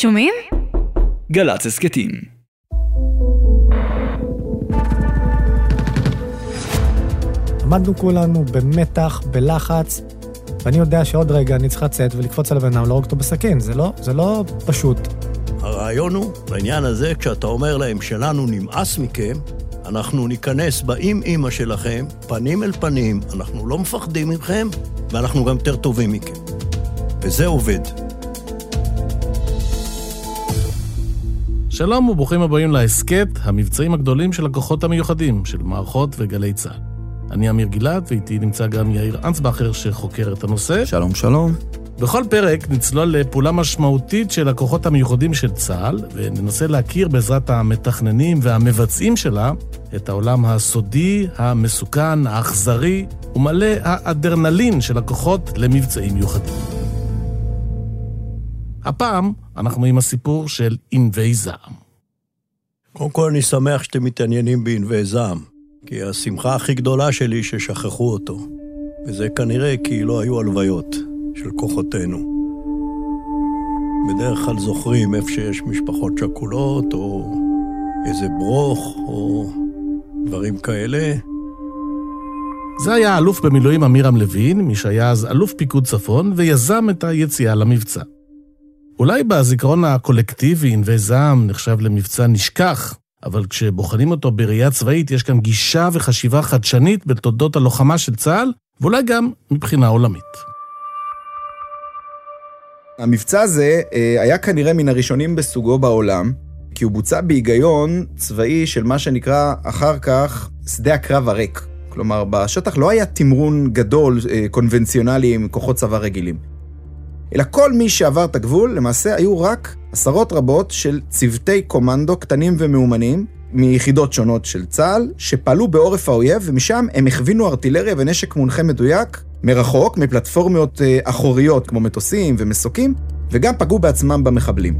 שומעים? גל"צ הסכתים. עמדנו כולנו במתח, בלחץ, ואני יודע שעוד רגע אני צריך לצאת ולקפוץ על הבן אדם, להרוג אותו בסכין. זה לא פשוט. הרעיון הוא, בעניין הזה, כשאתה אומר להם שלנו נמאס מכם, אנחנו ניכנס באים אמא שלכם, פנים אל פנים, אנחנו לא מפחדים מכם, ואנחנו גם יותר טובים מכם. וזה עובד. שלום וברוכים הבאים להסכת, המבצעים הגדולים של הכוחות המיוחדים, של מערכות וגלי צה"ל. אני אמיר גלעד, ואיתי נמצא גם יאיר אנסבכר שחוקר את הנושא. שלום, שלום. בכל פרק נצלול לפעולה משמעותית של הכוחות המיוחדים של צה"ל, וננסה להכיר בעזרת המתכננים והמבצעים שלה את העולם הסודי, המסוכן, האכזרי, ומלא האדרנלין של הכוחות למבצעים מיוחדים. הפעם אנחנו עם הסיפור של ענבי זעם. קודם כל אני שמח שאתם מתעניינים בענבי זעם, כי השמחה הכי גדולה שלי ששכחו אותו, וזה כנראה כי לא היו הלוויות של כוחותינו. בדרך כלל זוכרים איפה שיש משפחות שכולות, או איזה ברוך, או דברים כאלה. זה היה אלוף במילואים אמירם לוין, מי שהיה אז אלוף פיקוד צפון, ויזם את היציאה למבצע. אולי בזיכרון הקולקטיבי ענבי זעם נחשב למבצע נשכח, אבל כשבוחנים אותו בראייה צבאית יש כאן גישה וחשיבה חדשנית בתולדות הלוחמה של צה"ל, ואולי גם מבחינה עולמית. המבצע הזה היה כנראה מן הראשונים בסוגו בעולם, כי הוא בוצע בהיגיון צבאי של מה שנקרא אחר כך שדה הקרב הריק. כלומר, בשטח לא היה תמרון גדול קונבנציונלי עם כוחות צבא רגילים. אלא כל מי שעבר את הגבול, למעשה היו רק עשרות רבות של צוותי קומנדו קטנים ומאומנים, מיחידות שונות של צה"ל, שפעלו בעורף האויב, ומשם הם הכווינו ארטילריה ונשק מונחה מדויק, מרחוק, מפלטפורמיות אחוריות כמו מטוסים ומסוקים, וגם פגעו בעצמם במחבלים.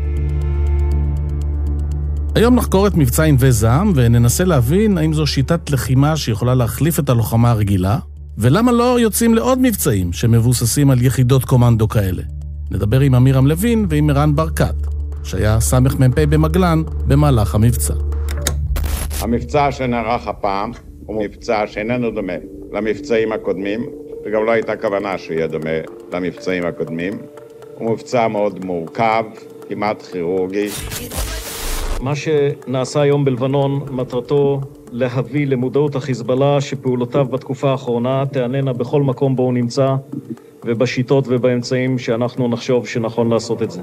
היום נחקור את מבצע ענבי זעם, וננסה להבין האם זו שיטת לחימה שיכולה להחליף את הלוחמה הרגילה, ולמה לא יוצאים לעוד מבצעים שמבוססים על יחידות קומנדו כאלה. נדבר עם אמירם לוין ועם ערן ברקת, שהיה סמ"פ במגלן במהלך המבצע. המבצע שנערך הפעם הוא מבצע שאיננו דומה למבצעים הקודמים, וגם לא הייתה כוונה שיהיה דומה למבצעים הקודמים. הוא מבצע מאוד מורכב, כמעט כירורגי. מה שנעשה היום בלבנון מטרתו להביא למודעות החיזבאללה שפעולותיו בתקופה האחרונה תעננה בכל מקום בו הוא נמצא, ובשיטות ובאמצעים שאנחנו נחשוב שנכון לעשות את זה.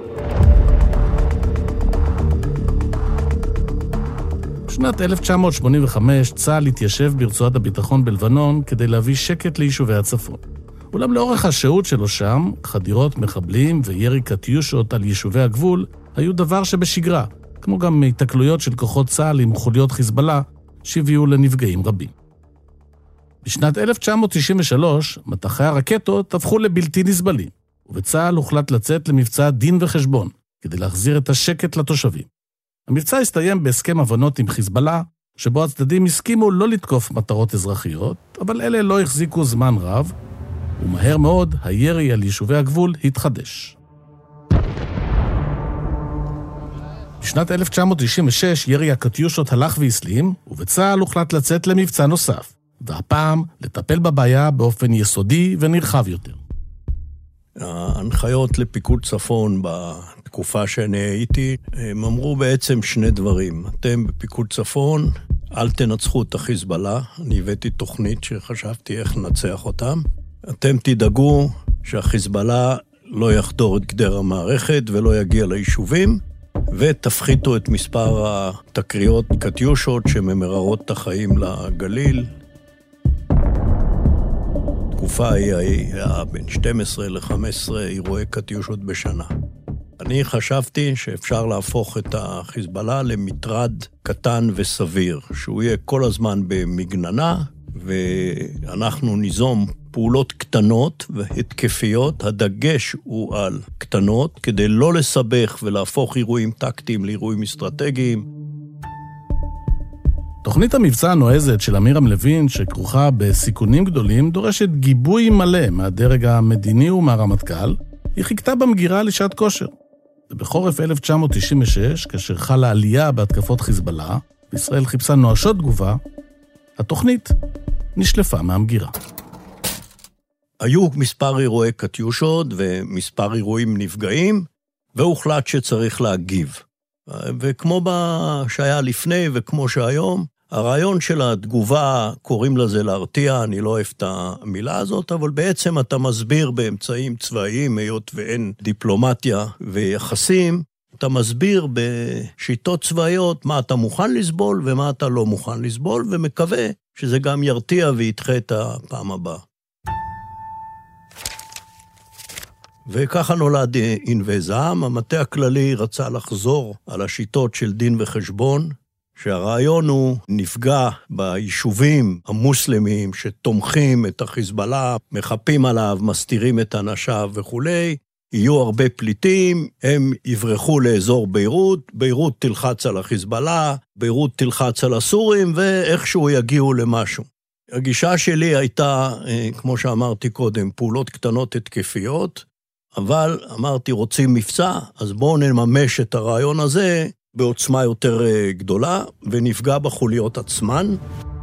בשנת 1985 צה"ל התיישב ברצועת הביטחון בלבנון כדי להביא שקט ליישובי הצפון. אולם לאורך השהות שלו שם, חדירות מחבלים וירי קטיושות על יישובי הגבול היו דבר שבשגרה, כמו גם התקלויות של כוחות צה"ל עם חוליות חיזבאללה שהביאו לנפגעים רבים. בשנת 1993 מטחי הרקטות הפכו לבלתי נסבלים, ובצה"ל הוחלט לצאת למבצע דין וחשבון כדי להחזיר את השקט לתושבים. המבצע הסתיים בהסכם הבנות עם חיזבאללה, שבו הצדדים הסכימו לא לתקוף מטרות אזרחיות, אבל אלה לא החזיקו זמן רב, ומהר מאוד הירי על יישובי הגבול התחדש. בשנת 1996 ירי הקטיושות הלך והסלים, ובצה"ל הוחלט לצאת למבצע נוסף, והפעם לטפל בבעיה באופן יסודי ונרחב יותר. ההנחיות לפיקוד צפון בתקופה שאני הייתי, הם אמרו בעצם שני דברים. אתם בפיקוד צפון, אל תנצחו את החיזבאללה, אני הבאתי תוכנית שחשבתי איך נצח אותם. אתם תדאגו שהחיזבאללה לא יחדור את גדר המערכת ולא יגיע ליישובים, ותפחיתו את מספר התקריות קטיושות שממררות את החיים לגליל. התקופה היה בין 12 ל-15 אירועי קטיושות בשנה. אני חשבתי שאפשר להפוך את החיזבאללה למטרד קטן וסביר, שהוא יהיה כל הזמן במגננה, ואנחנו ניזום פעולות קטנות והתקפיות, הדגש הוא על קטנות, כדי לא לסבך ולהפוך אירועים טקטיים לאירועים אסטרטגיים. תוכנית המבצע הנועזת של אמירם לוין, שכרוכה בסיכונים גדולים, דורשת גיבוי מלא מהדרג המדיני ומהרמטכ"ל, היא חיכתה במגירה לשעת כושר. ובחורף 1996, כאשר חלה עלייה בהתקפות חיזבאללה, וישראל חיפשה נואשות תגובה, התוכנית נשלפה מהמגירה. היו מספר אירועי קטיושות ומספר אירועים נפגעים, והוחלט שצריך להגיב. וכמו שהיה לפני וכמו שהיום, הרעיון של התגובה, קוראים לזה להרתיע, אני לא אוהב את המילה הזאת, אבל בעצם אתה מסביר באמצעים צבאיים, היות ואין דיפלומטיה ויחסים, אתה מסביר בשיטות צבאיות מה אתה מוכן לסבול ומה אתה לא מוכן לסבול, ומקווה שזה גם ירתיע וידחה את הפעם הבאה. וככה נולד ענבי זעם. המטה הכללי רצה לחזור על השיטות של דין וחשבון, שהרעיון הוא נפגע ביישובים המוסלמיים שתומכים את החיזבאללה, מחפים עליו, מסתירים את אנשיו וכו'. יהיו הרבה פליטים, הם יברחו לאזור ביירות, ביירות תלחץ על החיזבאללה, ביירות תלחץ על הסורים, ואיכשהו יגיעו למשהו. הגישה שלי הייתה, כמו שאמרתי קודם, פעולות קטנות התקפיות, אבל אמרתי, רוצים מבצע, אז בואו נממש את הרעיון הזה בעוצמה יותר גדולה, ונפגע בחוליות עצמן.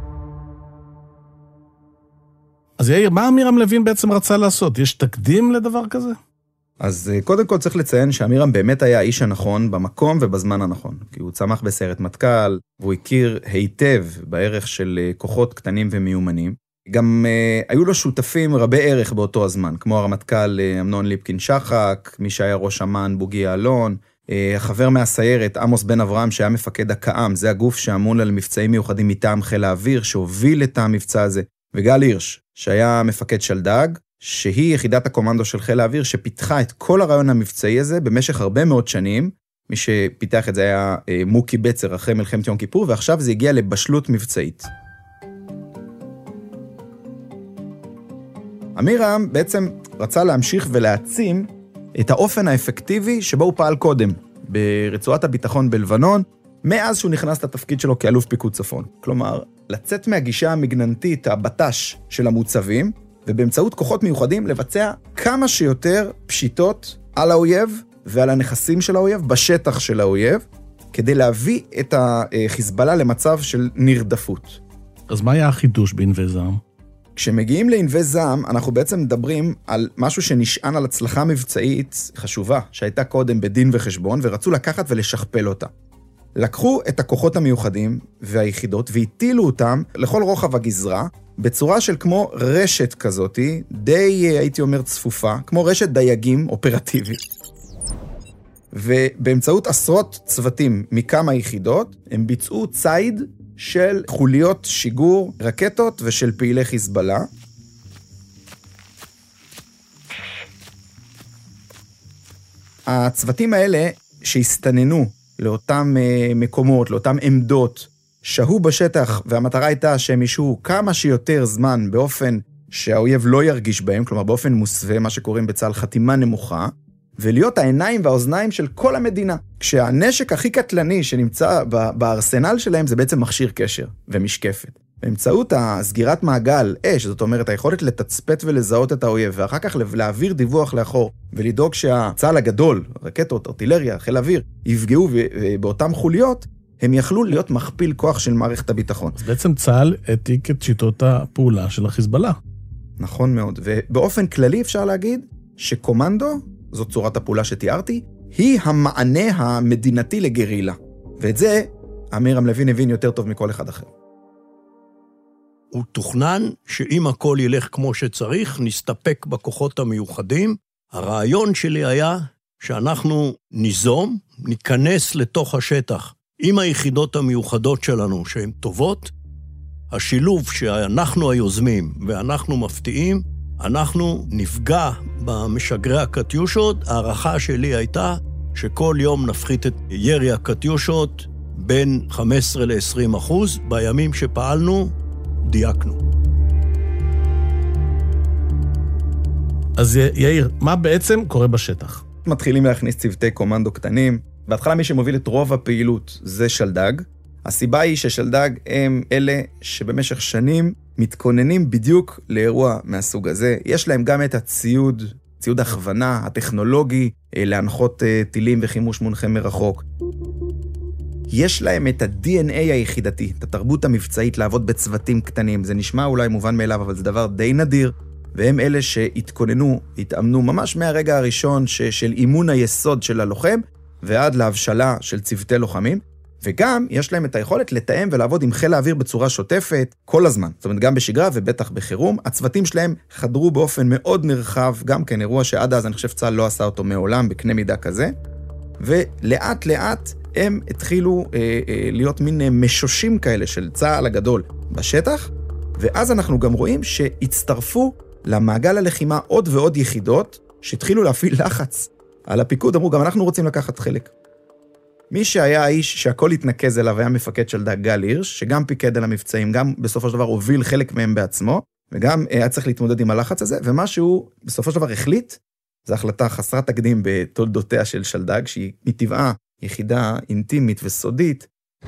אז יאיר, מה אמירם לוין בעצם רצה לעשות? יש תקדים לדבר כזה? אז קודם כל צריך לציין שאמירם באמת היה האיש הנכון במקום ובזמן הנכון, כי הוא צמח בסיירת מטכ"ל, והוא הכיר היטב בערך של כוחות קטנים ומיומנים. גם היו לו שותפים רבי ערך באותו הזמן, כמו הרמטכ"ל אמנון ליפקין שחק, מי שהיה ראש אמ"ן בוגי יעלון, החבר מהסיירת עמוס בן אברהם שהיה מפקד הקא"ם, זה הגוף שאמון על מבצעים מיוחדים מטעם חיל האוויר, שהוביל את המבצע הזה, וגל הירש, שהיה מפקד שלדג, שהיא יחידת הקומנדו של חיל האוויר, שפיתחה את כל הרעיון המבצעי הזה במשך הרבה מאוד שנים. מי שפיתח את זה היה מוקי בצר אחרי מלחמת יום כיפור, ועכשיו זה הגיע לבשלות מבצעית. אמירם בעצם רצה להמשיך ולהעצים את האופן האפקטיבי שבו הוא פעל קודם, ברצועת הביטחון בלבנון, מאז שהוא נכנס לתפקיד שלו כאלוף פיקוד צפון. כלומר, לצאת מהגישה המגננתית, הבטש של המוצבים, ובאמצעות כוחות מיוחדים לבצע כמה שיותר פשיטות על האויב ועל הנכסים של האויב, בשטח של האויב, כדי להביא את החיזבאללה למצב של נרדפות. אז מה היה החידוש בענבי זעם? כשמגיעים לענבי זעם, אנחנו בעצם מדברים על משהו שנשען על הצלחה מבצעית חשובה, שהייתה קודם בדין וחשבון, ורצו לקחת ולשכפל אותה. לקחו את הכוחות המיוחדים והיחידות, והטילו אותם לכל רוחב הגזרה, בצורה של כמו רשת כזאת, די, הייתי אומר, צפופה, כמו רשת דייגים אופרטיבית. ובאמצעות עשרות צוותים מכמה יחידות, הם ביצעו צייד של חוליות שיגור, רקטות ושל פעילי חיזבאללה. הצוותים האלה שהסתננו לאותם מקומות, לאותם עמדות, שהו בשטח, והמטרה הייתה שהם ישהו כמה שיותר זמן באופן שהאויב לא ירגיש בהם, כלומר באופן מוסווה, מה שקוראים בצה"ל חתימה נמוכה, ולהיות העיניים והאוזניים של כל המדינה. כשהנשק הכי קטלני שנמצא בארסנל שלהם זה בעצם מכשיר קשר ומשקפת. באמצעות הסגירת מעגל אש, זאת אומרת היכולת לתצפת ולזהות את האויב, ואחר כך להעביר דיווח לאחור, ולדאוג שהצה"ל הגדול, רקטות, ארטילריה, חיל אוויר, יפגעו באותם חוליות, הם יכלו להיות מכפיל כוח של מערכת הביטחון. אז בעצם צה"ל העתיק את שיטות הפעולה של החיזבאללה. נכון מאוד, ובאופן כללי אפשר להגיד שקומנדו, זאת צורת הפעולה שתיארתי, היא המענה המדינתי לגרילה. ואת זה אמירם לוין הבין יותר טוב מכל אחד אחר. הוא תוכנן שאם הכל ילך כמו שצריך, נסתפק בכוחות המיוחדים. הרעיון שלי היה שאנחנו ניזום, ניכנס לתוך השטח עם היחידות המיוחדות שלנו שהן טובות, השילוב שאנחנו היוזמים ואנחנו מפתיעים, אנחנו נפגע במשגרי הקטיושות. הערכה שלי הייתה שכל יום נפחית את ירי הקטיושות בין 15 ל-20%. בימים שפעלנו, דייקנו. אז יאיר, מה בעצם קורה בשטח? מתחילים להכניס צוותי קומנדו קטנים. בהתחלה מי שמוביל את רוב הפעילות זה שלדג. הסיבה היא ששלדג הם אלה שבמשך שנים מתכוננים בדיוק לאירוע מהסוג הזה. יש להם גם את הציוד ציוד הכוונה, הטכנולוגי, להנחות טילים וחימוש מונחה מרחוק. יש להם את ה-DNA היחידתי, את התרבות המבצעית לעבוד בצוותים קטנים. זה נשמע אולי מובן מאליו, אבל זה דבר די נדיר, והם אלה שהתכוננו, התאמנו ממש מהרגע הראשון של אימון היסוד של הלוחם, ועד להבשלה של צוותי לוחמים, וגם יש להם את היכולת לתאם ולעבוד עם חיל האוויר בצורה שוטפת כל הזמן. זאת אומרת, גם בשגרה ובטח בחירום. הצוותים שלהם חדרו באופן מאוד נרחב, גם כן אירוע שעד אז אני חושב צה"ל לא עשה אותו מעולם בקנה מידה כזה, ולאט לאט הם התחילו להיות מין משושים כאלה של צה"ל הגדול בשטח, ואז אנחנו גם רואים שהצטרפו למעגל הלחימה עוד ועוד יחידות, שהתחילו להפעיל לחץ על הפיקוד, אמרו גם אנחנו רוצים לקחת חלק. מי שהיה האיש שהכל התנקז אליו היה מפקד שלדג גל הירש, שגם פיקד על המבצעים, גם בסופו של דבר הוביל חלק מהם בעצמו, וגם היה צריך להתמודד עם הלחץ הזה, ומה שהוא בסופו של דבר החליט, זו החלטה חסרת תקדים בתולדותיה של שלדג, שהיא מטבעה יחידה אינטימית וסודית.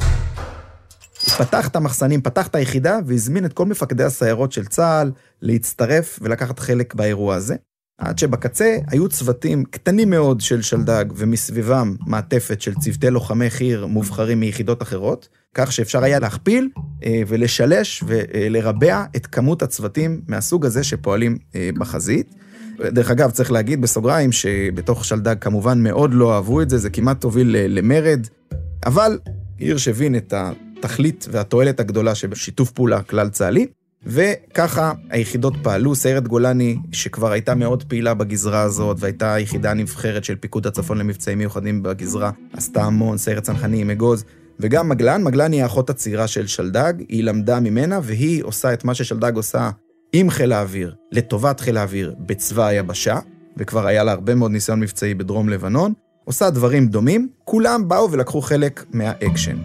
הוא פתח את המחסנים, פתח את היחידה, והזמין את כל מפקדי הסיירות של צה"ל להצטרף ולקחת חלק באירוע הזה. עד שבקצה היו צוותים קטנים מאוד של שלדג, ומסביבם מעטפת של צוותי לוחמי חי"ר מובחרים מיחידות אחרות, כך שאפשר היה להכפיל ולשלש ולרבע את כמות הצוותים מהסוג הזה שפועלים בחזית. דרך אגב, צריך להגיד בסוגריים שבתוך שלדג כמובן מאוד לא אהבו את זה, זה כמעט הוביל למרד, אבל הירש הבין את התכלית והתועלת הגדולה שבשיתוף פעולה כלל צה"לי, וככה היחידות פעלו. סיירת גולני, שכבר הייתה מאוד פעילה בגזרה הזאת, והייתה יחידה נבחרת של פיקוד הצפון למבצעים מיוחדים בגזרה, עשתה המון, סיירת צנחנים, אגוז, וגם מגלן היא האחות הצעירה של שלדג, היא למדה ממנה, והיא עושה את מה ששלדג עושה עם חיל האוויר, לטובת חיל האוויר בצבא היבשה, וכבר היה לה הרבה מאוד ניסיון מבצעי בדרום לבנון, עושה דברים דומים, כולם באו ולקחו חלק מהאקשן.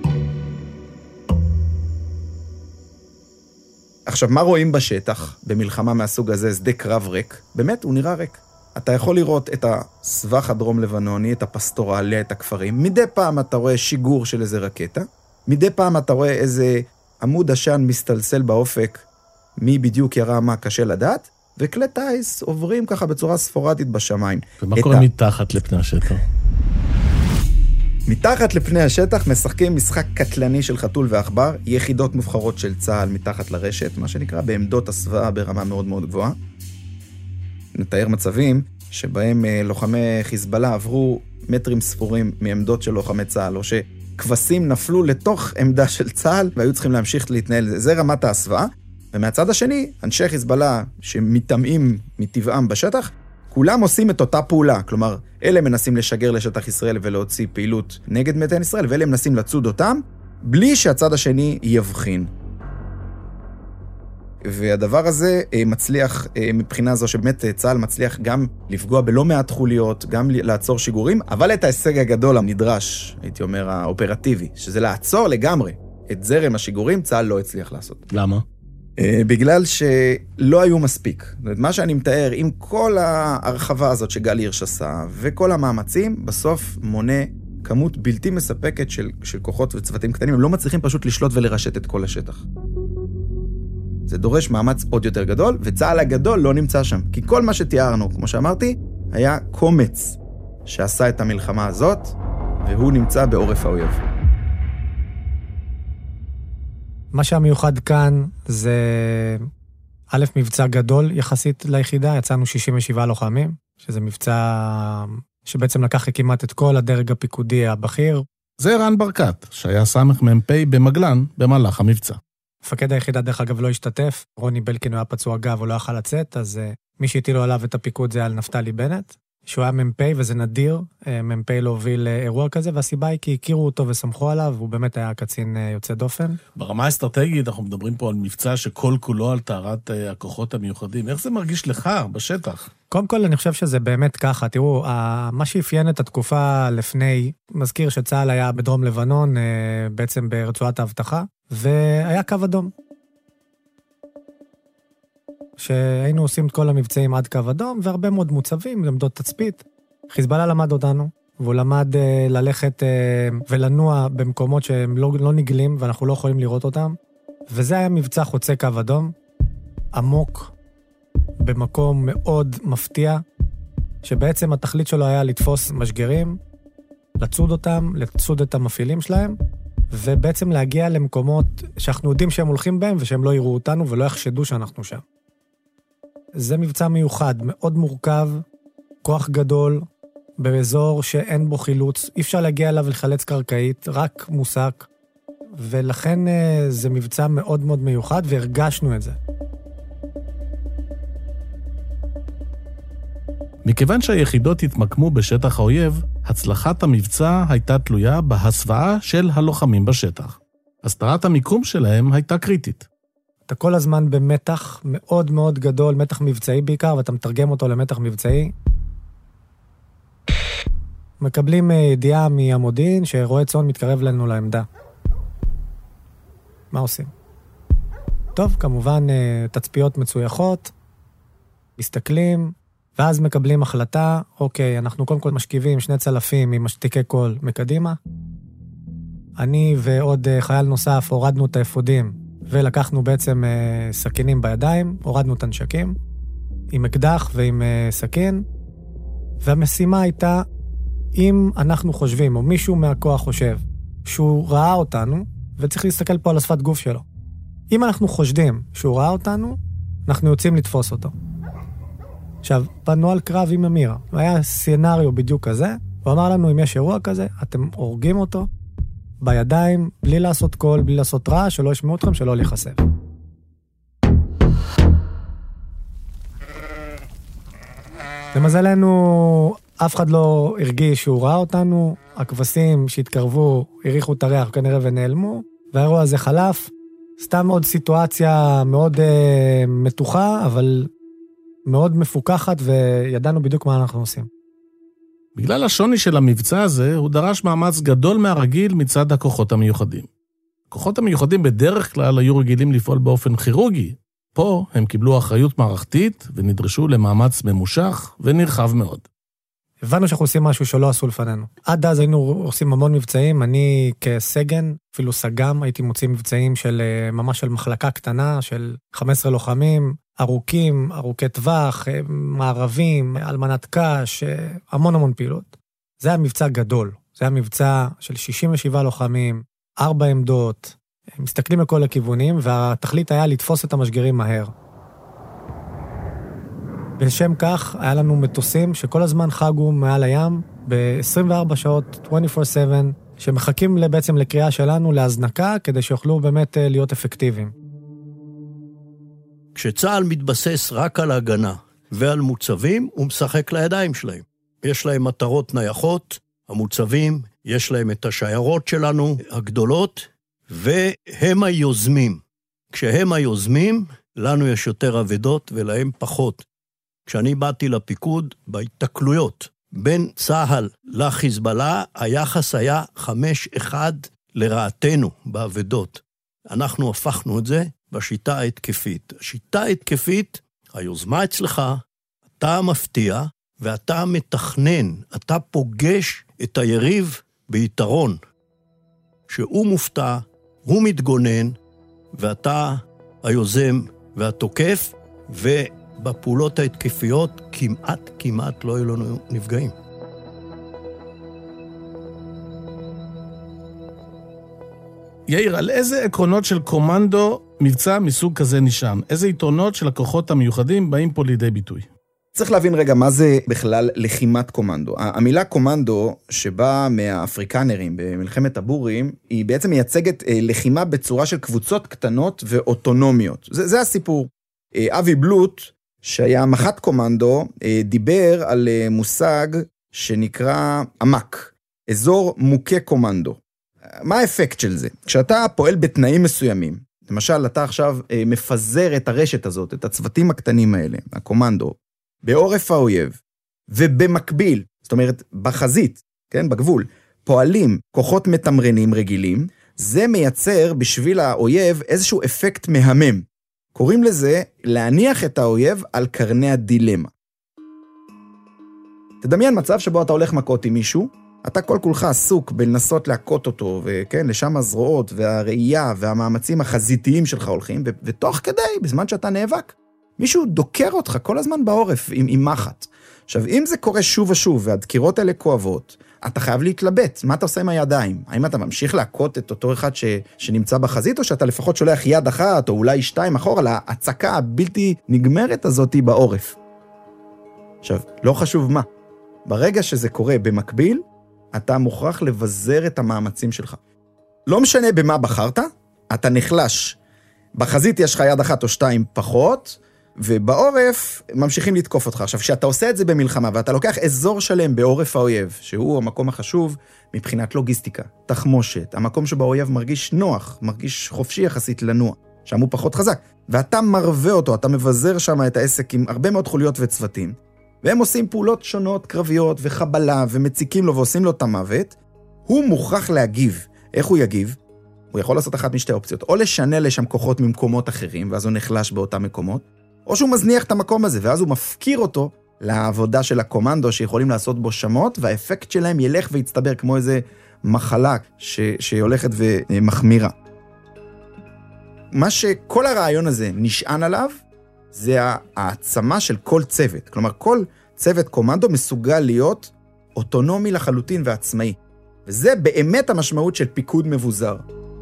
עכשיו, מה רואים בשטח במלחמה מהסוג הזה, שדה קרב ריק? באמת, הוא נראה ריק. אתה יכול לראות את הסבך הדרום לבנוני, את הפסטורליה, את הכפרים. מדי פעם אתה רואה שיגור של איזה רקטה. מדי פעם אתה רואה איזה עמוד עשן מסתלסל באופק, מי בדיוק ירה מה קשה לדעת, וכלי טייס עוברים ככה בצורה ספורדית בשמיים. ומה קורה מתחת לפני השטח? מתחת לפני השטח משחקים משחק קטלני של חתול ועכבר, יחידות מובחרות של צה"ל מתחת לרשת, מה שנקרא בעמדות הסוואה ברמה מאוד מאוד גבוהה. נתאר מצבים שבהם לוחמי חיזבאללה עברו מטרים ספורים מעמדות של לוחמי צה"ל, או שכבשים נפלו לתוך עמדה של צה"ל והיו צריכים להמשיך להתנהל. זה רמת ההסוואה. ומהצד השני, אנשי חיזבאללה שמתאמים מטבעם בשטח, כולם עושים את אותה פעולה. כלומר, אלה מנסים לשגר לשטח ישראל ולהוציא פעילות נגד מדינת ישראל, ואלה מנסים לצוד אותם, בלי שהצד השני יבחין. והדבר הזה מצליח מבחינה זו שבאמת צה"ל מצליח גם לפגוע בלא מעט חוליות, גם לעצור שיגורים, אבל את ההישג הגדול הנדרש, הייתי אומר האופרטיבי, שזה לעצור לגמרי את זרם השיגורים, צה"ל לא הצליח לעשות. למה? בגלל שלא היו מספיק. זאת אומרת, מה שאני מתאר, עם כל ההרחבה הזאת שגל הירש עשה, וכל המאמצים, בסוף מונה כמות בלתי מספקת של כוחות וצוותים קטנים, הם לא מצליחים פשוט לשלוט ולרשת את כל השטח. זה דורש מאמץ עוד יותר גדול, וצה"ל הגדול לא נמצא שם. כי כל מה שתיארנו, כמו שאמרתי, היה קומץ שעשה את המלחמה הזאת, והוא נמצא בעורף האויב. מה שהמיוחד כאן זה א', מבצע גדול יחסית ליחידה, יצאנו 67 לוחמים, שזה מבצע שבעצם לקח כמעט את כל הדרג הפיקודי הבכיר. זה רן ברקת, שהיה סמ"פ במגלן במהלך המבצע. מפקד היחידה דרך אגב לא השתתף, רוני בלקין היה פצוע גב, הוא לא יכל לצאת, אז מי שהטילו עליו את הפיקוד זה על נפתלי בנט, שהוא היה מ"פ וזה נדיר, מ"פ להוביל אירוע כזה, והסיבה היא כי הכירו אותו וסמכו עליו, והוא באמת היה קצין יוצא דופן. ברמה האסטרטגית אנחנו מדברים פה על מבצע שכל כולו על טהרת הכוחות המיוחדים. איך זה מרגיש לך בשטח? קודם כל אני חושב שזה באמת ככה, תראו, מה שאפיין את התקופה לפני, מזכיר שצה"ל היה בדרום לבנון, בעצם ברצועת האבטחה, והיה קו אדום. שהיינו עושים את כל המבצעים עד קו אדום, והרבה מאוד מוצבים, עמדות תצפית. חיזבאללה למד אותנו, והוא למד ללכת ולנוע במקומות שהם לא נגלים, ואנחנו לא יכולים לראות אותם. וזה היה מבצע חוצה קו אדום, עמוק, במקום מאוד מפתיע, שבעצם התכלית שלו היה לתפוס משגרים, לצוד אותם, לצוד את המפעילים שלהם, ובעצם להגיע למקומות שאנחנו יודעים שהם הולכים בהם, ושהם לא יראו אותנו ולא יחשדו שאנחנו שם. זה מבצע מיוחד, מאוד מורכב, כוח גדול, באזור שאין בו חילוץ, אי אפשר להגיע אליו לחלץ קרקעית, רק מוסק, ולכן זה מבצע מאוד מאוד מיוחד, והרגשנו את זה. מכיוון שהיחידות התמקמו בשטח האויב, הצלחת המבצע הייתה תלויה בהסוואה של הלוחמים בשטח. הסתרת המיקום שלהם הייתה קריטית. אתה כל הזמן במתח מאוד מאוד גדול, מתח מבצעי בעיקר, ואתה מתרגם אותו למתח מבצעי. מקבלים ידיעה מהמודיעין שרועה צאן מתקרב לנו לעמדה. מה עושים? טוב, כמובן תצפיות מצויחות, מסתכלים, ואז מקבלים החלטה, אוקיי, אנחנו קודם כל משכיבים 2 צלפים עם משתיקי קול מקדימה. אני ועוד חייל נוסף הורדנו את האפודים, ולקחנו בעצם סכינים בידיים, הורדנו את הנשקים, עם אקדח ועם סכין, והמשימה הייתה, אם אנחנו חושבים, או מישהו מהכוח חושב, שהוא ראה אותנו, וצריך להסתכל פה על השפת גוף שלו. אם אנחנו חושדים שהוא ראה אותנו, אנחנו יוצאים לתפוס אותו. עכשיו, פנו על קרב עם אמירה. היה סצנריו בדיוק כזה, הוא אמר לנו, אם יש אירוע כזה, אתם הורגים אותו בידיים, בלי לעשות קול, בלי לעשות רע, שלא ישמעו אתכם, שלא להיחשף. למזלנו, אף אחד לא הרגיש שהוא ראה אותנו, הכבשים שהתקרבו, הריחו את הריח כנראה ונעלמו, והאירוע הזה חלף, סתם עוד סיטואציה מאוד מתוחה, אבל מאוד מפוקחת, וידענו בדיוק מה אנחנו עושים. בגלל השוני של המבצע הזה, הוא דרש מאמץ גדול מהרגיל מצד הכוחות המיוחדים. הכוחות המיוחדים בדרך כלל היו רגילים לפעול באופן כירורגי. פה הם קיבלו אחריות מערכתית, ונדרשו למאמץ ממושך ונרחב מאוד. הבנו שאנחנו עושים משהו שלא עשו לפנינו. עד אז היינו עושים המון מבצעים, אני כסגן, אפילו סגם, הייתי מוציא מבצעים של ממש של מחלקה קטנה, של 15 לוחמים, ארוכים, ארוכי טווח, מערבים, אלמנת קש, המון פעילות. זה היה מבצע גדול, זה היה מבצע של 67 לוחמים, 4 עמדות, מסתכלים לכל הכיוונים, והתכלית היה לתפוס את המשגרים מהר. ולשם כך היה לנו מטוסים שכל הזמן חגו מעל הים, ב-24 שעות, 24/7, שמחכים בעצם לקריאה שלנו להזנקה, כדי שיוכלו באמת להיות אפקטיביים. כשצה"ל מתבסס רק על הגנה ועל מוצבים, הוא משחק לידיים שלהם. יש להם מטרות נייחות, המוצבים, יש להם את השיירות שלנו הגדולות, והם היוזמים. כשהם היוזמים, לנו יש יותר עבדות ולהם פחות. כשאני באתי לפיקוד, בהתקלויות בין צה"ל לחיזבאללה, היחס היה 5-1 לרעתנו בעבדות. אנחנו הפכנו את זה בשיטה ההתקפית. השיטה ההתקפית, היוזמה אצלך, אתה מפתיע ואתה מתכנן, אתה פוגש את היריב ביתרון, שהוא מופתע, הוא מתגונן, ואתה היוזם והתוקף, ובפעולות ההתקפיות כמעט לא היו לנו נפגעים. יאיר, על איזה עקרונות של קומנדו מבצע מסוג כזה נשען? איזה יתרונות של הכוחות המיוחדים באים פה לידי ביטוי? צריך להבין רגע מה זה בכלל לחימת קומנדו. המילה קומנדו שבאה מהאפריקנרים במלחמת הבורים, היא בעצם מייצגת לחימה בצורה של קבוצות קטנות ואוטונומיות. זה הסיפור. אבי בלוט, שהיה מח"ט קומנדו, דיבר על מושג שנקרא עמק, אזור מוכה קומנדו. מה האפקט של זה? כשאתה פועל בתנאים מסוימים, למשל אתה עכשיו מפזר את הרשת הזאת, את הצוותים הקטנים האלה, הקומנדו, בעורף האויב, ובמקביל, זאת אומרת בחזית, כן, בגבול, פועלים כוחות מתמרנים רגילים, זה מייצר בשביל האויב איזשהו אפקט מהמם. קוראים לזה להניח את האויב על קרני הדילמה. תדמיין מצב שבו אתה הולך מכות עם מישהו, אתה כל כולך עסוק בלנסות להכות אותו, וכן, לשם הזרועות והראייה והמאמצים החזיתיים שלך הולכים, ותוך כדי, בזמן שאתה נאבק, מישהו דוקר אותך כל הזמן בעורף עם מחט. עכשיו, אם זה קורה שוב ושוב, והדקירות האלה כואבות, אתה חייב להתלבט. מה אתה עושה עם הידיים? האם אתה ממשיך להכות את אותו אחד שנמצא בחזית, או שאתה לפחות שולח יד אחת, או אולי 2 אחורה, להצקה הבלתי נגמרת הזאת בעורף? עכשיו, לא חשוב מה. ברגע שזה קורה במקביל, אתה מוכרח לבזר את המאמצים שלך. לא משנה במה בחרת, אתה נחלש. בחזית יש לך יד 1 או 2 פחות, ובעורף ממשיכים לתקוף אותך. עכשיו, כשאתה עושה את זה במלחמה, ואתה לוקח אזור שלם בעורף האויב, שהוא המקום החשוב מבחינת לוגיסטיקה, תחמושת, המקום שבו האויב מרגיש נוח, מרגיש חופשי יחסית לנוע, שם הוא פחות חזק, ואתה מרווה אותו, אתה מבזר שם את העסק עם הרבה מאוד חוליות וצוותים, והם עושים פעולות שונות, קרביות וחבלה, ומציקים לו ועושים לו את המוות, הוא מוכרח להגיב. איך הוא יגיב? הוא יכול לעשות אחת משתי אופציות, או לשנה לשם כוחות ממקומות אחרים, ואז הוא נחלש באותם מקומות, או שהוא מזניח את המקום הזה, ואז הוא מפקיר אותו לעבודה של הקומנדו, שיכולים לעשות בו שמות, והאפקט שלהם ילך ויצטבר כמו איזה מחלה שהולכת ומחמירה. מה שכל הרעיון הזה נשען עליו, זה העצמה של כל צוות. כלומר, כל צוות קומנדו מסוגל להיות אוטונומי לחלוטין ועצמאי. וזה באמת המשמעות של פיקוד מבוזר.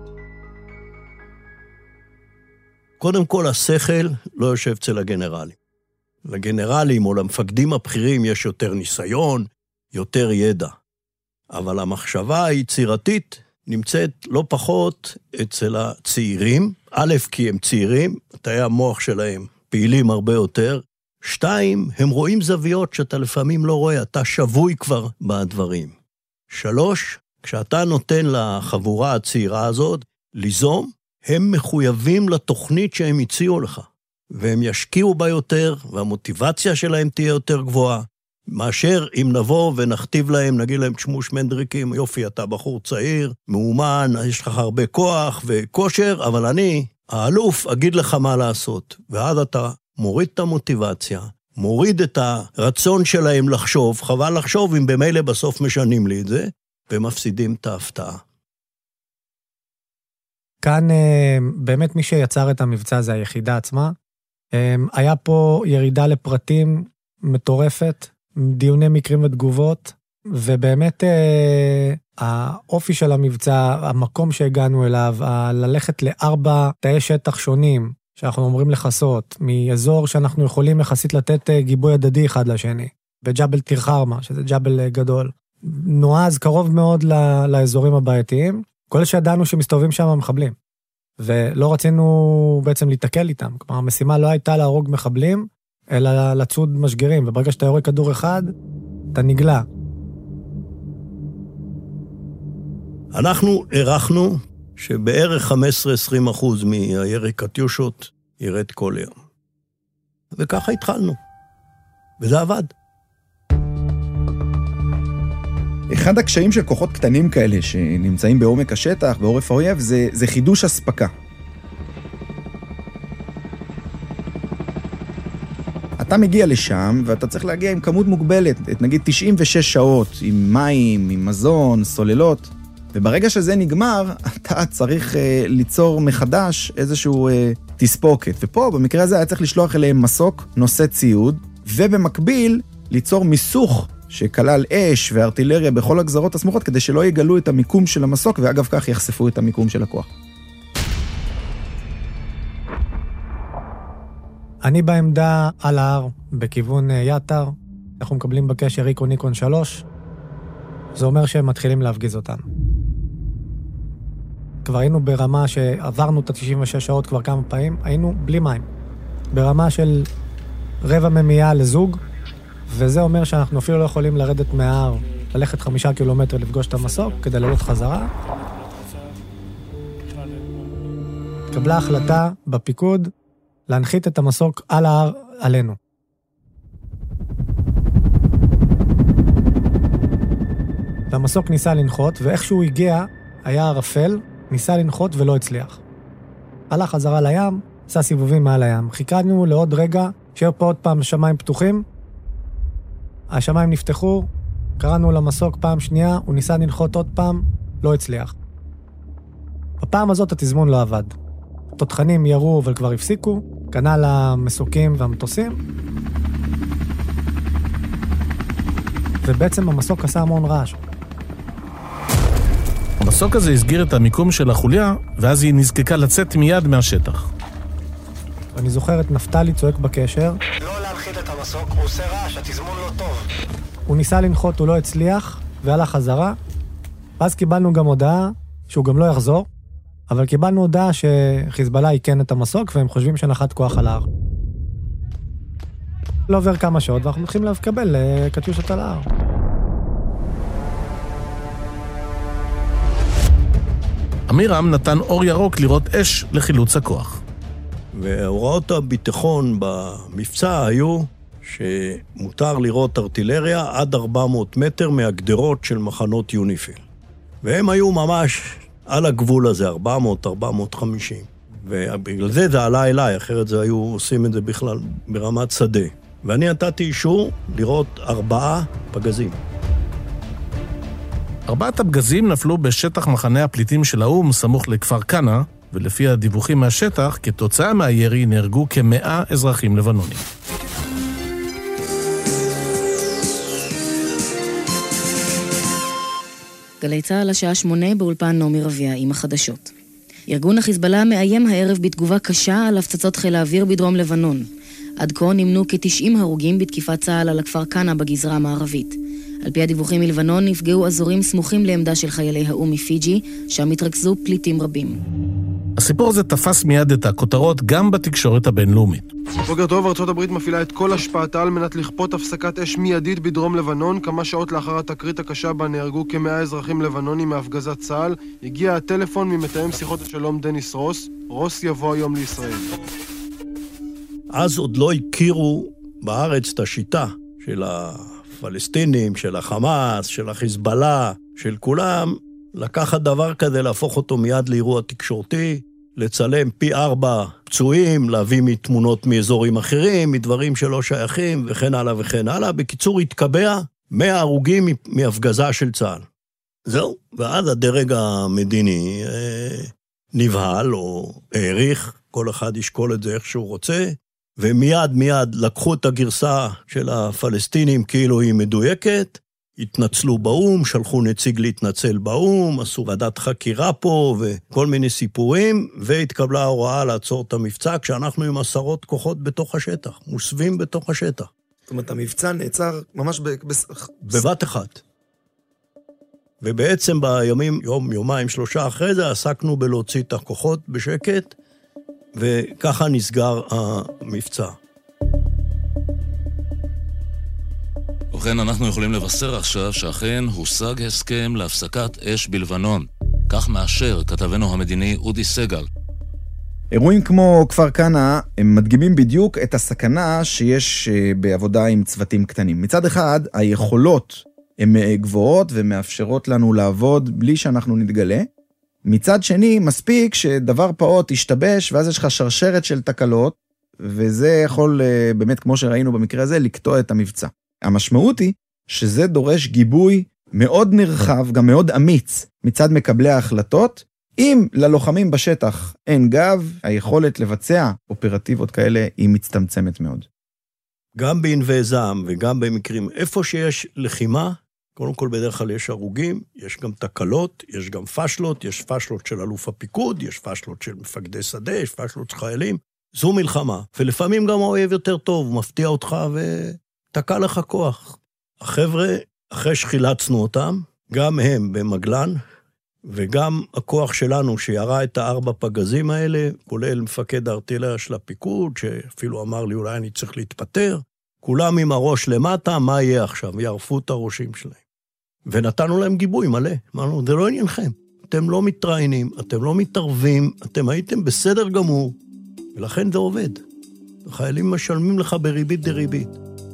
קודם כל, השכל לא יושב אצל הגנרלים. לגנרלים או למפקדים הבכירים יש יותר ניסיון, יותר ידע. אבל המחשבה היצירתית נמצאת לא פחות אצל הצעירים. א', כי הם צעירים, תאי המוח שלהם פעילים הרבה יותר. 2, הם רואים זוויות שאתה לפעמים לא רואה, אתה שבוי כבר בדברים. 3, כשאתה נותן לחבורה הצעירה הזאת ליזום, הם מחויבים לתוכנית שהם הציעו לך, והם ישקיעו בה יותר, והמוטיבציה שלהם תהיה יותר גבוהה, מאשר אם נבוא ונכתיב להם, נגיד להם שמוש מנדריקים, יופי, אתה בחור צעיר, מאומן, יש לך הרבה כוח וכושר, אבל אני, האלוף, אגיד לך מה לעשות, ועד אתה מוריד את המוטיבציה, מוריד את הרצון שלהם לחשוב, חבל לחשוב אם במילא בסוף משנים לי את זה, ומפסידים את ההפתעה. כאן באמת מי שיצר את המבצע זה היחידה עצמה. היה פה ירידה לפרטים מטורפת, דיוני מקרים ותגובות, ובאמת האופי של המבצע, המקום שהגענו אליו, ללכת ל4 תאי שטח שונים, שאנחנו אומרים לחסות, מאזור שאנחנו יכולים יחסית לתת גיבוי הדדי אחד לשני, בג'בל תירחרמה, שזה ג'בל גדול. נועז קרוב מאוד לאזורים הבעייתיים, כל שידענו שמסתובבים שם המחבלים, ולא רצינו בעצם להתקל איתם. כלומר, המשימה לא הייתה להרוג מחבלים, אלא לצוד משגרים, וברגע שאתה יורה כדור אחד, אתה נגלה. אנחנו ערכנו שבערך 15-20% מהירי קטיושות ירד כל יום. וככה התחלנו. וזה עבד. אחד הקשיים של כוחות קטנים כאלה שנמצאים בעומק השטח, בעורף האויב, זה חידוש הספקה. אתה מגיע לשם ואתה צריך להגיע עם כמות מוגבלת, נגיד 96 שעות, עם מים, עם מזון, סוללות, וברגע שזה נגמר, אתה צריך ליצור מחדש איזשהו תספוקת. ופה, במקרה הזה, היה צריך לשלוח אליהם מסוק, נושא ציוד, ובמקביל ליצור מיסוך שכלל אש וארטילריה בכל הגזרות הסמוכות, כדי שלא יגלו את המיקום של המסוק, ואגב כך יחשפו את המיקום של הכוח. אני בעמדה על ההר, בכיוון יתר, אנחנו מקבלים בקשר ריקון 3, זה אומר שהם מתחילים להפגיז אותנו. כבר היינו ברמה שעברנו את ה-96 שעות כבר כמה פעמים, היינו בלי מים. ברמה של רבע ממייה לזוג, וזה אומר שאנחנו אפילו לא יכולים לרדת מההר, ללכת 5 קילומטר לפגוש את המסוק, כדי לעלות חזרה. קבלה החלטה בפיקוד, להנחית את המסוק על ההר עלינו. והמסוק ניסה לנחות, ואיכשהו הגיע, היה ערפל, ניסה לנחות ולא הצליח. הלך חזרה לים, עשה סיבובים מעל הים. חיכינו לעוד רגע, שיהיה פה עוד פעם שמיים פתוחים, השמיים נפתחו, קראנו למסוק פעם שנייה, הוא ניסה לנחות עוד פעם, לא הצליח. בפעם הזאת התזמון לא עבד. תותחנים ירו אבל כבר הפסיקו, כנ"ל המסוקים והמטוסים. ובעצם המסוק עשה המון רעש. המסוק הזה הסגיר את המיקום של החוליה, ואז היא נזקקה לצאת מיד מהשטח. אני זוכר את נפתלי צועק בקשר. לא להנחית את המסוק, הוא עושה רעש, התזמון לא טוב. הוא ניסה לנחות, הוא לא הצליח, והלך חזרה. ואז קיבלנו גם הודעה שהוא גם לא יחזור, אבל קיבלנו הודעה שחיזבאללה עיקן את המסוק, והם חושבים שנחת כוח על ההר. לא עובר כמה שעות, ואנחנו מתחילים לקבל קטיושות על ההר. אמירם נתן אור ירוק לראות אש לחילוץ הכוח. והוראות הביטחון במבצע היו שמותר לראות ארטילריה עד 400 מטר מהגדרות של מחנות יוניפיל. והם היו ממש על הגבול הזה, 400, 450. ובגלל זה עלה אליי, אחרת זה היו עושים את זה בכלל ברמת שדה. ואני נתתי אישור לראות 4 פגזים. 4 הפגזים נפלו בשטח מחנה הפליטים של האום, סמוך לכפר קנה, ולפי הדיווחים מהשטח, כתוצאה מהירי נהרגו כ100 אזרחים לבנונים. גלי צהל השעה 8 באולפן נעמי רביע עם החדשות. ארגון החיזבאללה מאיים הערב בתגובה קשה על הפצצות חיל האוויר בדרום לבנון. עד כה נמנו כ-90 הרוגים בתקיפת צהל על הכפר קנה בגזרה המערבית. על פי הדיווחים מלבנון נפגעו אזורים סמוכים לעמדה של חיילי האום מפיג'י, שם התרכזו פליטים רבים. הסיפור הזה תפס מיד את הכותרות גם בתקשורת הבינלאומית. בוקר טוב, ארצות הברית מפעילה את כל השפעתה על מנת לכפות הפסקת אש מיידית בדרום לבנון. כמה שעות לאחר התקרית הקשה בה נהרגו כ100 אזרחים לבנונים מהפגזת צה"ל, הגיע הטלפון ממתאם שיחות השלום דניס רוס. רוס יבוא היום לישראל. אז עוד לא הכירו בארץ את השיטה של הפלסטינים, של החמאס, של החיזבאללה, של כולם, לקחת דבר כזה, להפוך אותו מיד לאירוע תקשורתי, לצלם פי 4 פצועים, להביא מתמונות מאזורים אחרים, מדברים שלא שייכים, וכן הלאה וכן הלאה. בקיצור, התקבע 100 הרוגים מהפגזה של צה"ל. זהו, ואז הדרג המדיני נבהל או העריך, כל אחד ישקול את זה איך שהוא רוצה, ומיד לקחו את הגרסה של הפלסטינים כאילו היא מדויקת, התנצלו באום, שלחו נציג להתנצל באום, עשו ועדת חקירה פה וכל מיני סיפורים, והתקבלה ההוראה לעצור את המבצע, כשאנחנו עם 10 כוחות בתוך השטח, מוסבים בתוך השטח. זאת אומרת, המבצע נעצר ממש בבת אחת. ובעצם בימים, יומיים, 3 אחרי זה, עסקנו בלהוציא את הכוחות בשקט, וככה נסגר המבצע. ובכן, אנחנו יכולים לבשר עכשיו שאכן הושג הסכם להפסקת אש בלבנון. כך מאשר כתבנו המדיני אודי סגל. אירועים כמו כפר קנה הם מדגימים בדיוק את הסכנה שיש בעבודה עם צוותים קטנים. מצד אחד, היכולות הן גבוהות ומאפשרות לנו לעבוד בלי שאנחנו נתגלה. מצד שני, מספיק שדבר פעוט ישתבש, ואז יש לך שרשרת של תקלות, וזה יכול באמת, כמו שראינו במקרה הזה, לקטוע את המבצע. המשמעות היא שזה דורש גיבוי מאוד נרחב, גם מאוד אמיץ, מצד מקבלי ההחלטות. אם ללוחמים בשטח אין גב, היכולת לבצע אופרטיבות כאלה היא מצטמצמת מאוד. גם בענבי זעם וגם במקרים, איפה שיש לחימה, קודם כל בדרך כלל יש הרוגים, יש גם תקלות, יש גם פשלות, יש פשלות של אלוף הפיקוד, יש פשלות של מפקדי שדה, יש פשלות של חיילים. זו מלחמה, ולפעמים גם האויב יותר טוב, הוא מפתיע אותך ותקע לך כוח. החבר'ה, אחרי שחילצנו אותם, גם הם במגלן, וגם הכוח שלנו שירה את 4 פגזים האלה, כולל מפקד הארטילריה של הפיקוד, שאפילו אמר לי אולי אני צריך להתפטר, כולם עם הראש למטה, מה יהיה עכשיו? יערפו את הראשים שלהם. ונתנו להם גיבוי מלא. אמרנו, זה לא עניינכם. אתם לא מתראיינים, אתם לא מתערבים, אתם הייתם בסדר גמור, ולכן זה עובד. החיילים משלמים לך בריבית דריבית.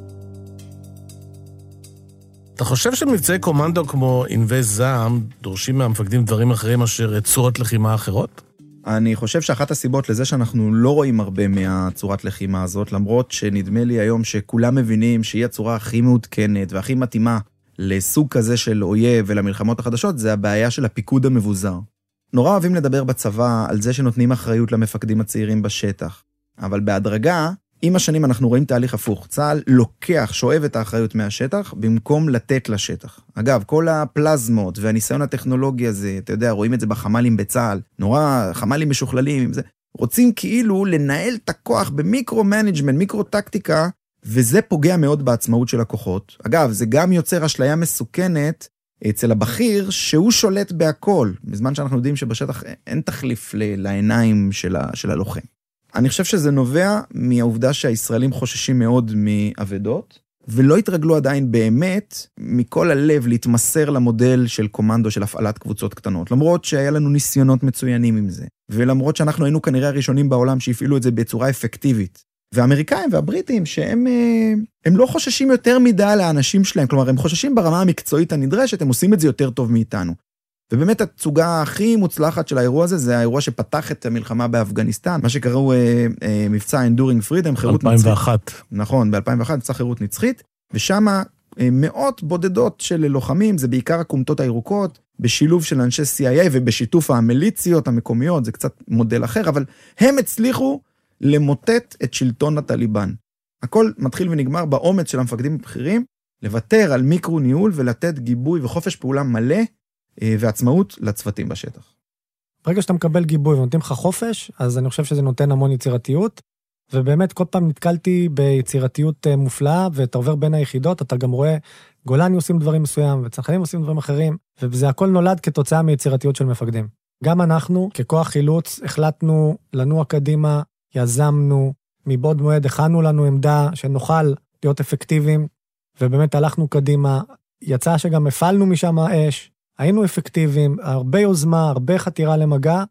אתה חושב שמבצעי קומנדו כמו ענבי זעם דורשים מהמפקדים דברים אחרים אשר צורות לחימה אחרות? אני חושב שאחת הסיבות לזה שאנחנו לא רואים הרבה מהצורת לחימה הזאת, למרות שנדמה לי היום שכולם מבינים שהיא הצורה הכי מעודכנת והכי מתאימה לסוג כזה של אויב ולמלחמות החדשות, זה הבעיה של הפיקוד המבוזר. נורא אוהבים לדבר בצבא על זה שנותנים אחריות למפקדים הצעירים בשטח. אבל בהדרגה, עם השנים אנחנו רואים תהליך הפוך. צה"ל לוקח, שואב את האחריות מהשטח, במקום לתת לשטח. אגב, כל הפלזמות והניסיון הטכנולוגי הזה, אתה יודע, רואים את זה בחמלים בצה"ל, נורא חמלים משוכללים עם זה, רוצים כאילו לנהל את הכוח במיקרו-מנג'מנט, מיקרו-טקטיקה, וזה פוגע מאוד בעצמאות של הכוחות. אגב, זה גם יוצר אשליה מסוכנת אצל הבכיר, שהוא שולט בהכל, בזמן שאנחנו יודעים שבשטח אין תחליף לעיניים של הלוחם. אני חושב שזה נובע מהעובדה שהישראלים חוששים מאוד מעבדות, ולא התרגלו עדיין באמת מכל הלב להתמסר למודל של קומנדו של הפעלת קבוצות קטנות, למרות שהיה לנו ניסיונות מצוינים עם זה, ולמרות שאנחנו היינו כנראה הראשונים בעולם שהפעילו את זה בצורה אפקטיבית. והאמריקאים והבריטים שהם לא חוששים יותר מדי לאנשים שלהם, כלומר הם חוששים ברמה המקצועית הנדרשת, הם עושים את זה יותר טוב מאיתנו. ובאמת התצוגה הכי מוצלחת של האירוע הזה, זה האירוע שפתח את המלחמה באפגניסטן, מה שקראו מבצע Enduring Freedom, חירות 2001. נצחית. נכון, ב-2001 מבצע חירות נצחית, ושם מאות בודדות של לוחמים, זה בעיקר הקומטות הירוקות, בשילוב של אנשי CIA ובשיתוף המיליציות המקומיות, זה קצת מודל אחר, אבל הם הצליחו למוטט את שלטון הטליבן. הכל מתחיל ונגמר באומץ של המפקדים הבכירים, לוותר על מיקרו ניהול ולתת גיבוי וחופש פעולה מלא, ועצמאות לצוותים בשטח. ברגע שאתה מקבל גיבוי ונותנים לך חופש, אז אני חושב שזה נותן המון יצירתיות, ובאמת כל פעם נתקלתי ביצירתיות מופלאה, ואתה עובר בין היחידות, אתה גם רואה גולני עושים דברים מסוים, וצנחנים עושים דברים אחרים, וזה הכל נולד כתוצאה מיצירתיות של מפקדים. גם אנחנו, ככוח חילוץ, החלטנו לנוע קדימה, יזמנו, מבעוד מועד הכנו לנו עמדה שנוכל להיות אפקטיביים, ובאמת הלכנו קדימה, יצא שגם הפעלנו משם האש, היינו אפקטיביים, הרבה יוזמה, הרבה חתירה למגע,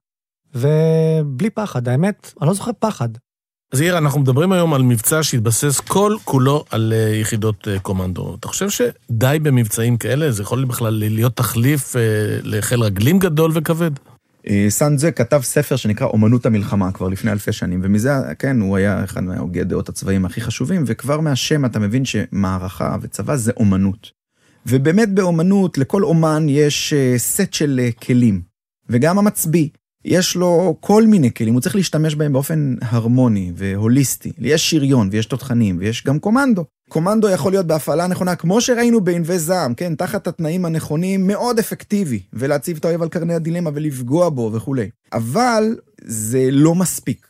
ובלי פחד, האמת, אני לא זוכר פחד. אז יאיר, אנחנו מדברים היום על מבצע שהתבסס כל כולו על יחידות קומנדו. אתה חושב שדי במבצעים כאלה? זה יכול בכלל להיות תחליף לחיל רגלים גדול וכבד? סנדזה כתב ספר שנקרא אומנות המלחמה כבר לפני אלפי שנים, ומזה, כן, הוא היה אחד מהוגי הדעות הצבאיים הכי חשובים, וכבר מהשם אתה מבין שמערכה וצבא זה אומנות. ובאמת באומנות, לכל אומן יש סט של כלים, וגם המצביא, יש לו כל מיני כלים, הוא צריך להשתמש בהם באופן הרמוני והוליסטי. יש שריון ויש תותחנים ויש גם קומנדו. קומנדו יכול להיות בהפעלה נכונה, כמו שראינו בענבי זעם, כן, תחת התנאים הנכונים, מאוד אפקטיבי, ולהציב את האויב על קרני הדילמה ולפגוע בו וכו'. אבל זה לא מספיק.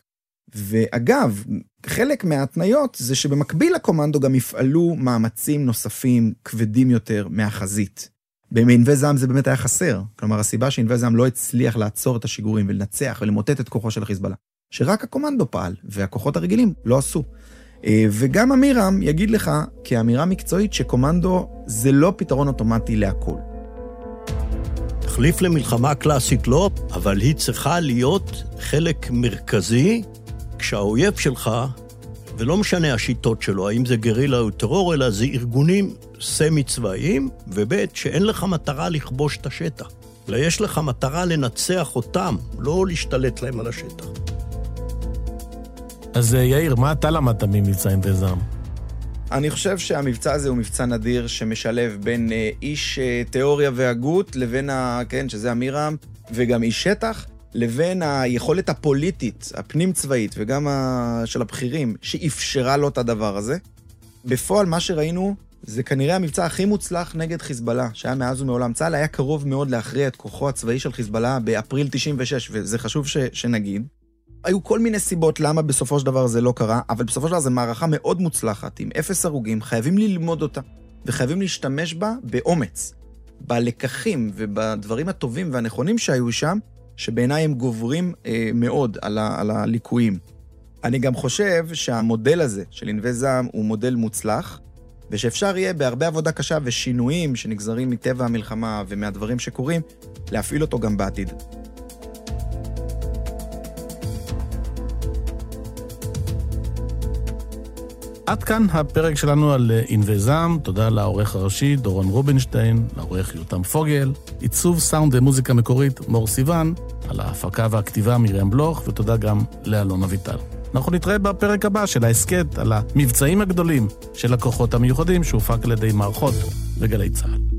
ואגב, חלק מההתניות זה שבמקביל לקומנדו גם יפעלו מאמצים נוספים כבדים יותר מהחזית. בענבי זעם זה באמת היה חסר. כלומר, הסיבה שענבי זעם לא הצליח לעצור את השיגורים ולנצח ולמוטט את כוחו של החיזבאללה. שרק הקומנדו פעל, והכוחות הרגילים לא עשו. וגם אמירם יגיד לך, כאמירה מקצועית, שקומנדו זה לא פתרון אוטומטי להכל. תחליף למלחמה קלאסית לא, אבל היא צריכה להיות חלק מרכזי, כשהאויב שלך, ולא משנה השיטות שלו, האם זה גרילה או טרור, אלא זה ארגונים סמי צבאיים, ובית שאין לך מטרה לכבוש את השטח. אלא יש לך מטרה לנצח אותם, לא להשתלט להם על השטח. אז יאיר, מה אתה למדת ממבצע ענבי זעם? אני חושב שהמבצע הזה הוא מבצע נדיר שמשלב בין איש תיאוריה והגות, לבין, כן, שזה אמירם, וגם איש שטח, לבין היכולת הפוליטית, הפנים צבאית, וגם של הבכירים, שאפשרה לו את הדבר הזה. בפועל מה שראינו, זה כנראה המבצע הכי מוצלח נגד חיזבאללה, שהיה מאז ומעולם. צה"ל היה קרוב מאוד להכריע את כוחו הצבאי של חיזבאללה באפריל 96, וזה חשוב שנגיד. היו כל מיני סיבות למה בסופו של דבר זה לא קרה, אבל בסופו של דבר זה מערכה מאוד מוצלחת, עם 0 הרוגים, חייבים ללמוד אותה, וחייבים להשתמש בה באומץ, בלקחים ובדברים הטובים והנכונים שהיו שם, שבעיניי הם גוברים מאוד על הליקויים. אני גם חושב שהמודל הזה של ענבי זעם הוא מודל מוצלח, ושאפשר יהיה בהרבה עבודה קשה ושינויים שנגזרים מטבע המלחמה ומהדברים שקורים, להפעיל אותו גם בעתיד. עד כאן הפרק שלנו על ענבי זעם. תודה לעורך הראשי דורון רובינשטיין, לעורך יותם פוגל, עיצוב סאונד ומוזיקה מקורית מור סיוון, על ההפקה והכתיבה מרים בלוך, ותודה גם לאלון אביטל. אנחנו נתראה בפרק הבא של ההסקט על המבצעים הגדולים של הכוחות המיוחדים שהופק על ידי מערכות וגלי צה"ל.